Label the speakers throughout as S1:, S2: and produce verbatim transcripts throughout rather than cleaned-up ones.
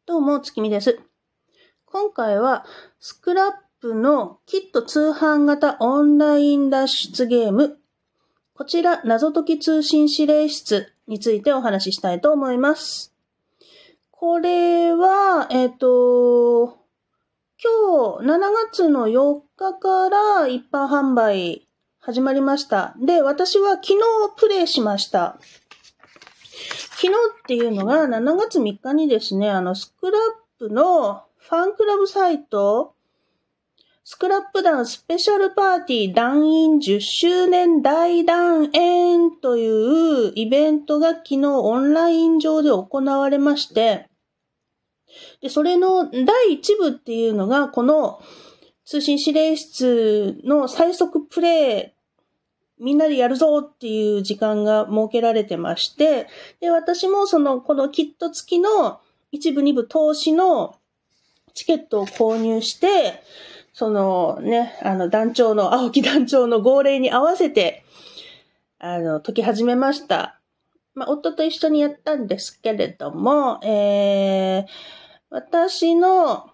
S1: どうも、月見です。今回は、スクラップのキット通販型オンライン脱出ゲーム、こちら、謎解き通信指令室についてお話ししたいと思います。これは、えっと、今日しちがつのよっかから一般販売始まりました。で、私は昨日プレイしました。昨日っていうのがしちがつみっかにですね、あの、スクラップのファンクラブサイト、スクラップ団スペシャルパーティー団員じゅっしゅうねん大団円というイベントが昨日オンライン上で行われまして、で、それのだいいち部っていうのがこの通信指令室の最速プレイ、みんなでやるぞっていう時間が設けられてまして、で、私もその、このキット付きの一部二部投資のチケットを購入して、そのね、あの団長の、青木団長の号令に合わせて、あの、解き始めました。まあ、夫と一緒にやったんですけれども、えー、私の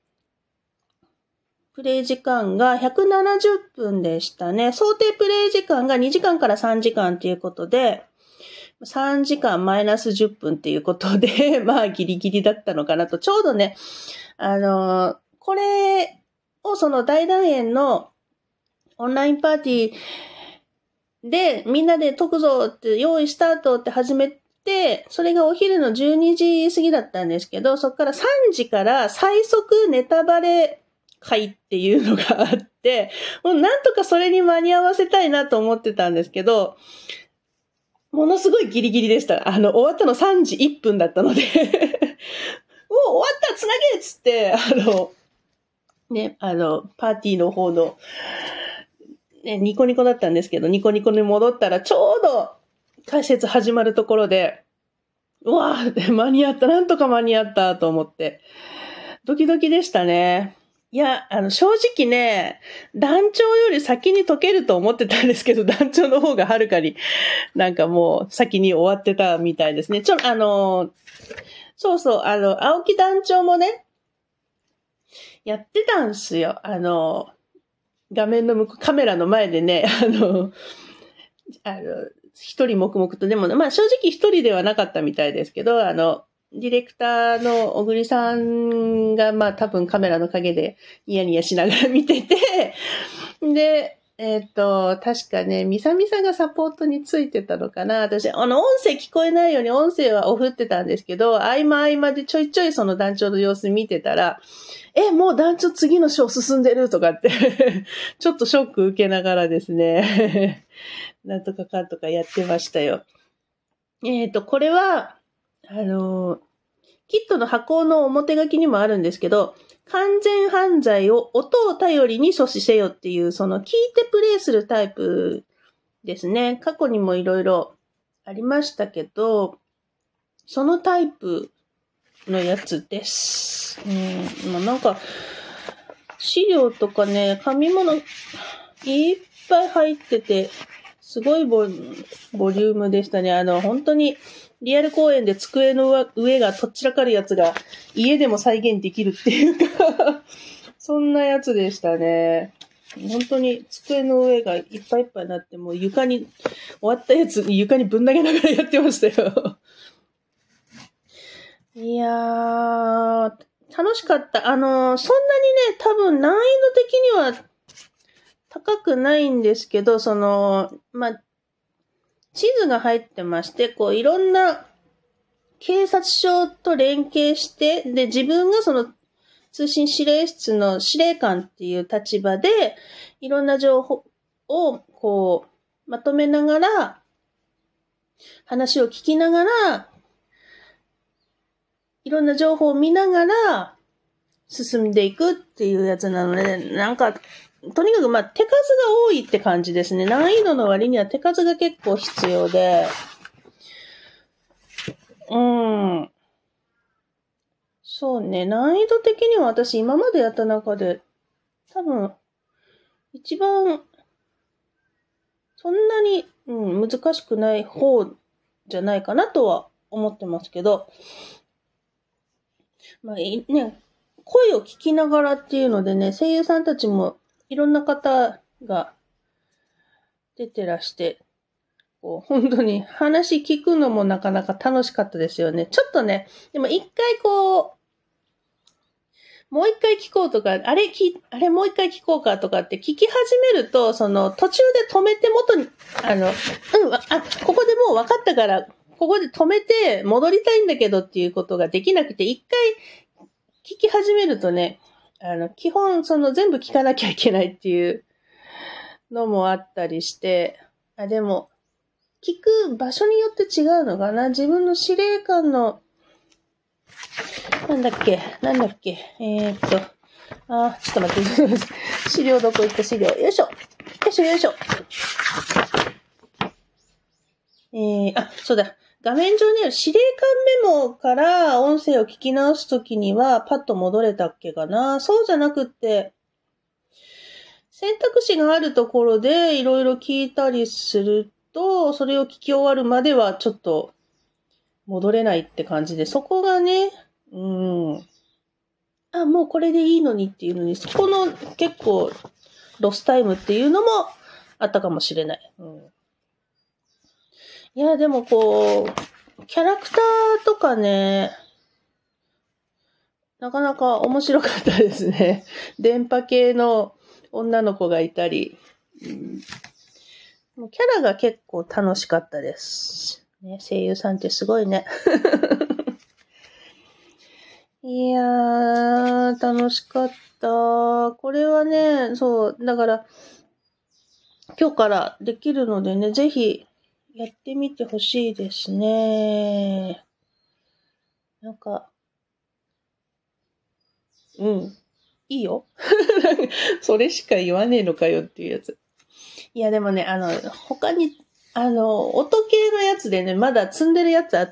S1: プレイ時間がひゃくななじゅっぷんでしたね。想定プレイ時間がにじかんからさんじかんということで、さんじかんマイナスじゅっぷんっていうことで、まあギリギリだったのかなと。ちょうどね、あのー、これをその大団円のオンラインパーティーでみんなで解くぞって用意スタートって始めて、それがお昼のじゅうにじ過ぎだったんですけど、そこからさんじから最速ネタバレ会っていうのがあって、もうなんとかそれに間に合わせたいなと思ってたんですけど、ものすごいギリギリでした。あの、終わったのさんじいっぷんだったので、もう終わったつなげっつって、あの、ね、あの、パーティーの方の、ね、ニコニコだったんですけど、ニコニコに戻ったらちょうど解説始まるところで、うわぁ、間に合った、なんとか間に合ったと思って、ドキドキでしたね。いや、あの、正直ね、団長より先に解けると思ってたんですけど、団長の方がはるかになんかもう先に終わってたみたいですね。ちょ、あの、そうそう、あの、青木団長もね、やってたんすよ。あの、画面の向こう、カメラの前でね、あの、あの、一人黙々と、でも、まあ正直一人ではなかったみたいですけど、あの、ディレクターの小栗さんが、まあ多分カメラの陰でニヤニヤしながら見てて、で、えっと、確かね、みさみさがサポートについてたのかな。私、あの、音声聞こえないように音声はオフってたんですけど、合間合間でちょいちょいその団長の様子見てたら、え、もう団長次の章進んでるとかって、ちょっとショック受けながらですね、なんとかかんとかやってましたよ。えっと、これは、あの、キットの箱の表書きにもあるんですけど、完全犯罪を音を頼りに阻止せよっていう、その聞いてプレイするタイプですね。過去にもいろいろありましたけど、そのタイプのやつです。うん、もうなんか、資料とかね、紙物いっぱい入ってて、すごいボ、ボリュームでしたね。あの、本当に、リアル公演で机の上がとっちらかるやつが家でも再現できるっていうかそんなやつでしたね。本当に机の上がいっぱいいっぱいになって、もう床に、終わったやつに床にぶん投げながらやってましたよ。いやー、楽しかった。あのー、そんなにね、多分難易度的には高くないんですけど、その、まあ、地図が入ってまして、こういろんな警察署と連携して、で、自分がその通信指令室の司令官っていう立場で、いろんな情報をこう、まとめながら、話を聞きながら、いろんな情報を見ながら、進んでいくっていうやつなので、なんか、とにかくまあ手数が多いって感じですね。難易度の割には手数が結構必要で、うん。そうね、難易度的には私今までやった中で、多分、一番、そんなに、うん、難しくない方じゃないかなとは思ってますけど、 まあいね、声を聞きながらっていうのでね、声優さんたちもいろんな方が出てらして、こう本当に話聞くのもなかなか楽しかったですよね。ちょっとね、でも一回こう、もう一回聞こうとか、あれき、あれもう一回聞こうかとかって聞き始めると、その途中で止めて元に、あの、うん、あ、ここでもう分かったから、ここで止めて戻りたいんだけどっていうことができなくて、一回聞き始めるとね、あの、基本その全部聞かなきゃいけないっていうのもあったりして、あ、でも、聞く場所によって違うのかな。自分の司令官のなんだっけなんだっけえー、っと、あ、ちょっと待って、資料どこ行った資料。よいしょ。よいしょよいしょ。えー、あ、そうだ。画面上にある司令官メモから音声を聞き直すときにはパッと戻れたっけかな。そうじゃなくって、選択肢があるところでいろいろ聞いたりすると、それを聞き終わるまではちょっと戻れないって感じで、そこがね、うん。あ、もうこれでいいのにっていうのに、そこの結構ロスタイムっていうのもあったかもしれない。うん、いや、でもこう、キャラクターとかね、なかなか面白かったですね。電波系の女の子がいたり、うん、もうキャラが結構楽しかったです。ね、声優さんってすごいね。いやー、楽しかった。これはね、そう、だから、今日からできるのでね、ぜひやってみてほしいですね。なんか、うん、いいよ。それしか言わねえのかよっていうやつ。いや、でもね、あの、他に、あの、音系のやつでね、まだ積んでるやつあって、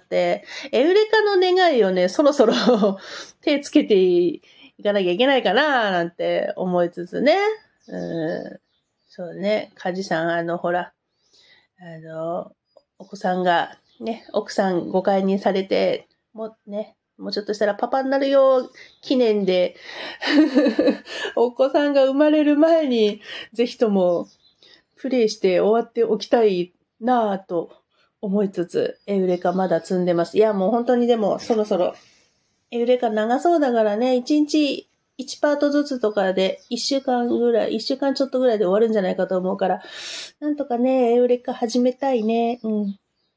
S1: エウレカの願いをね、そろそろ手つけていかなきゃいけないかななんて思いつつね。うん、そうね、カジさん、あの、ほら、あの、お子さんが、ね、奥さんご解任されて、もうね、もうちょっとしたらパパになるよ、記念で、お子さんが生まれる前に、ぜひとも、プレイして終わっておきたいなぁと思いつつ、エウレカまだ積んでます。いや、もう本当にでもそろそろ、エウレカ長そうだからね、いちにちいちパートずつとかでいっしゅうかんぐらい、いっしゅうかんちょっとぐらいで終わるんじゃないかと思うから、なんとかね、エウレカ始めたいね。うん。い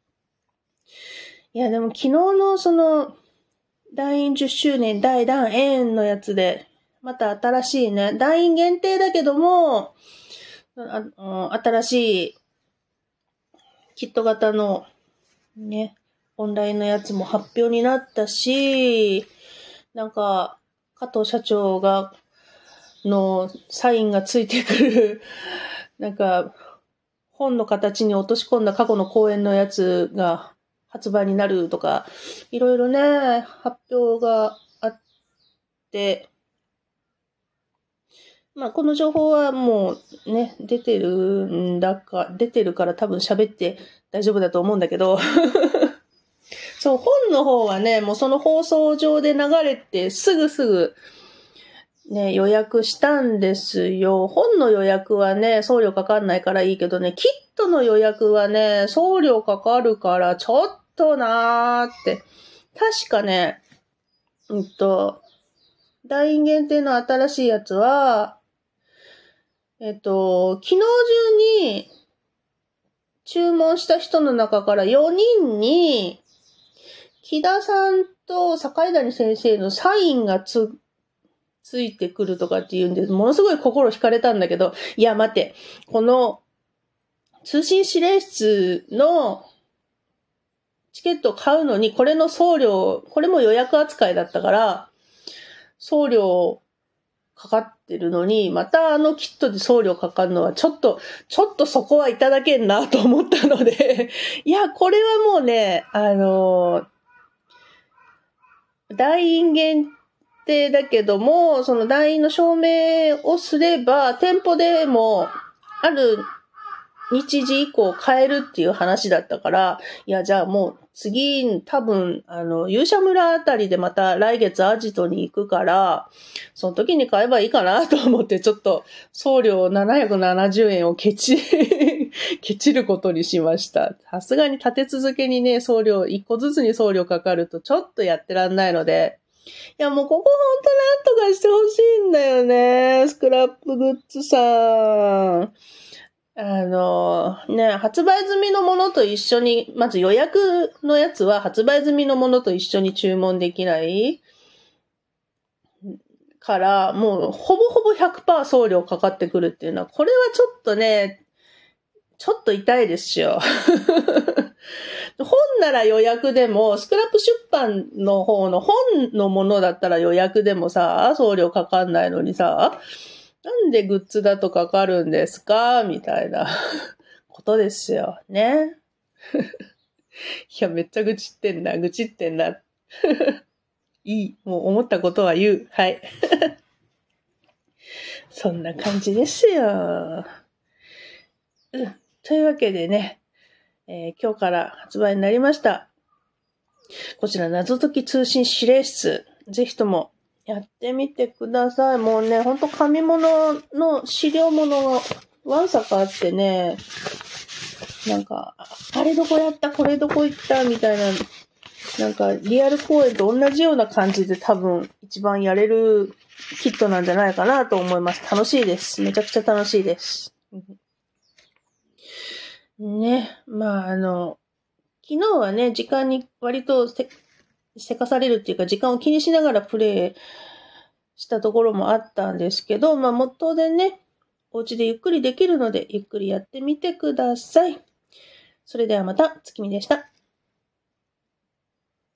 S1: や、でも昨日のその、団員じゅっしゅうねん大団円のやつで、また新しいね、団員限定だけども、あ新しいキット型のね、オンラインのやつも発表になったし、なんか、加藤社長が、のサインがついてくる、なんか、本の形に落とし込んだ過去の講演のやつが発売になるとか、いろいろね、発表があって、まあ、この情報はもうね、出てるんだか、出てるから多分喋って大丈夫だと思うんだけど、そう、本の方はね、もうその放送上で流れてすぐすぐね、予約したんですよ。本の予約はね、送料かかんないからいいけどね、キットの予約はね、送料かかるからちょっとなーって。確かね、うんと、団員限定の新しいやつは、えっと、昨日中に注文した人の中からよにんに、木田さんと坂井谷先生のサインがつ、ついてくるとかって言うんで、ものすごい心惹かれたんだけど、いや待って、この通信指令室のチケットを買うのに、これの送料、これも予約扱いだったから、送料かかってるのに、またあのキットで送料かかるのはちょっと、ちょっとそこはいただけんなと思ったので、いや、これはもうね、あの、団員限定だけども、その団員の証明をすれば、店舗でもある日時以降変えるっていう話だったから、いや、じゃあもう次、多分、あの、勇者村あたりでまた来月アジトに行くから、その時に買えばいいかなと思って、ちょっと送料ななひゃくななじゅうえんをケチ、ケチることにしました。さすがに立て続けにね、送料、いっこずつに送料かかるとちょっとやってらんないので、いや、もうここほんとなんとかしてほしいんだよね。スクラップグッズさん。あの、ね、発売済みのものと一緒に、まず予約のやつは発売済みのものと一緒に注文できないから、もうほぼほぼ ひゃくパーセント 送料かかってくるっていうのは、これはちょっとね、ちょっと痛いですよ。本なら予約でも、スクラップ出版の方の本のものだったら予約でもさ、送料かかんないのにさ、なんでグッズだとかかるんですかみたいなことですよ。ね。いや、めっちゃ愚痴ってんな、愚痴ってんな。いい。もう思ったことは言う。はい。そんな感じですよ。うん。というわけでね、えー、今日から発売になりました。こちら、謎解き通信指令室。ぜひともやってみてください。もうね、ほんと紙物の資料物がわんさかあってね、なんか、あれどこやった、これどこ行ったみたいな、なんかリアル公演と同じような感じで多分一番やれるキットなんじゃないかなと思います。楽しいです。めちゃくちゃ楽しいです。ね、まああの、昨日はね、時間に割とせ、せかされるっていうか、時間を気にしながらプレイしたところもあったんですけど、まあ元でね、お家でゆっくりできるので、ゆっくりやってみてください。それではまた、月見でした。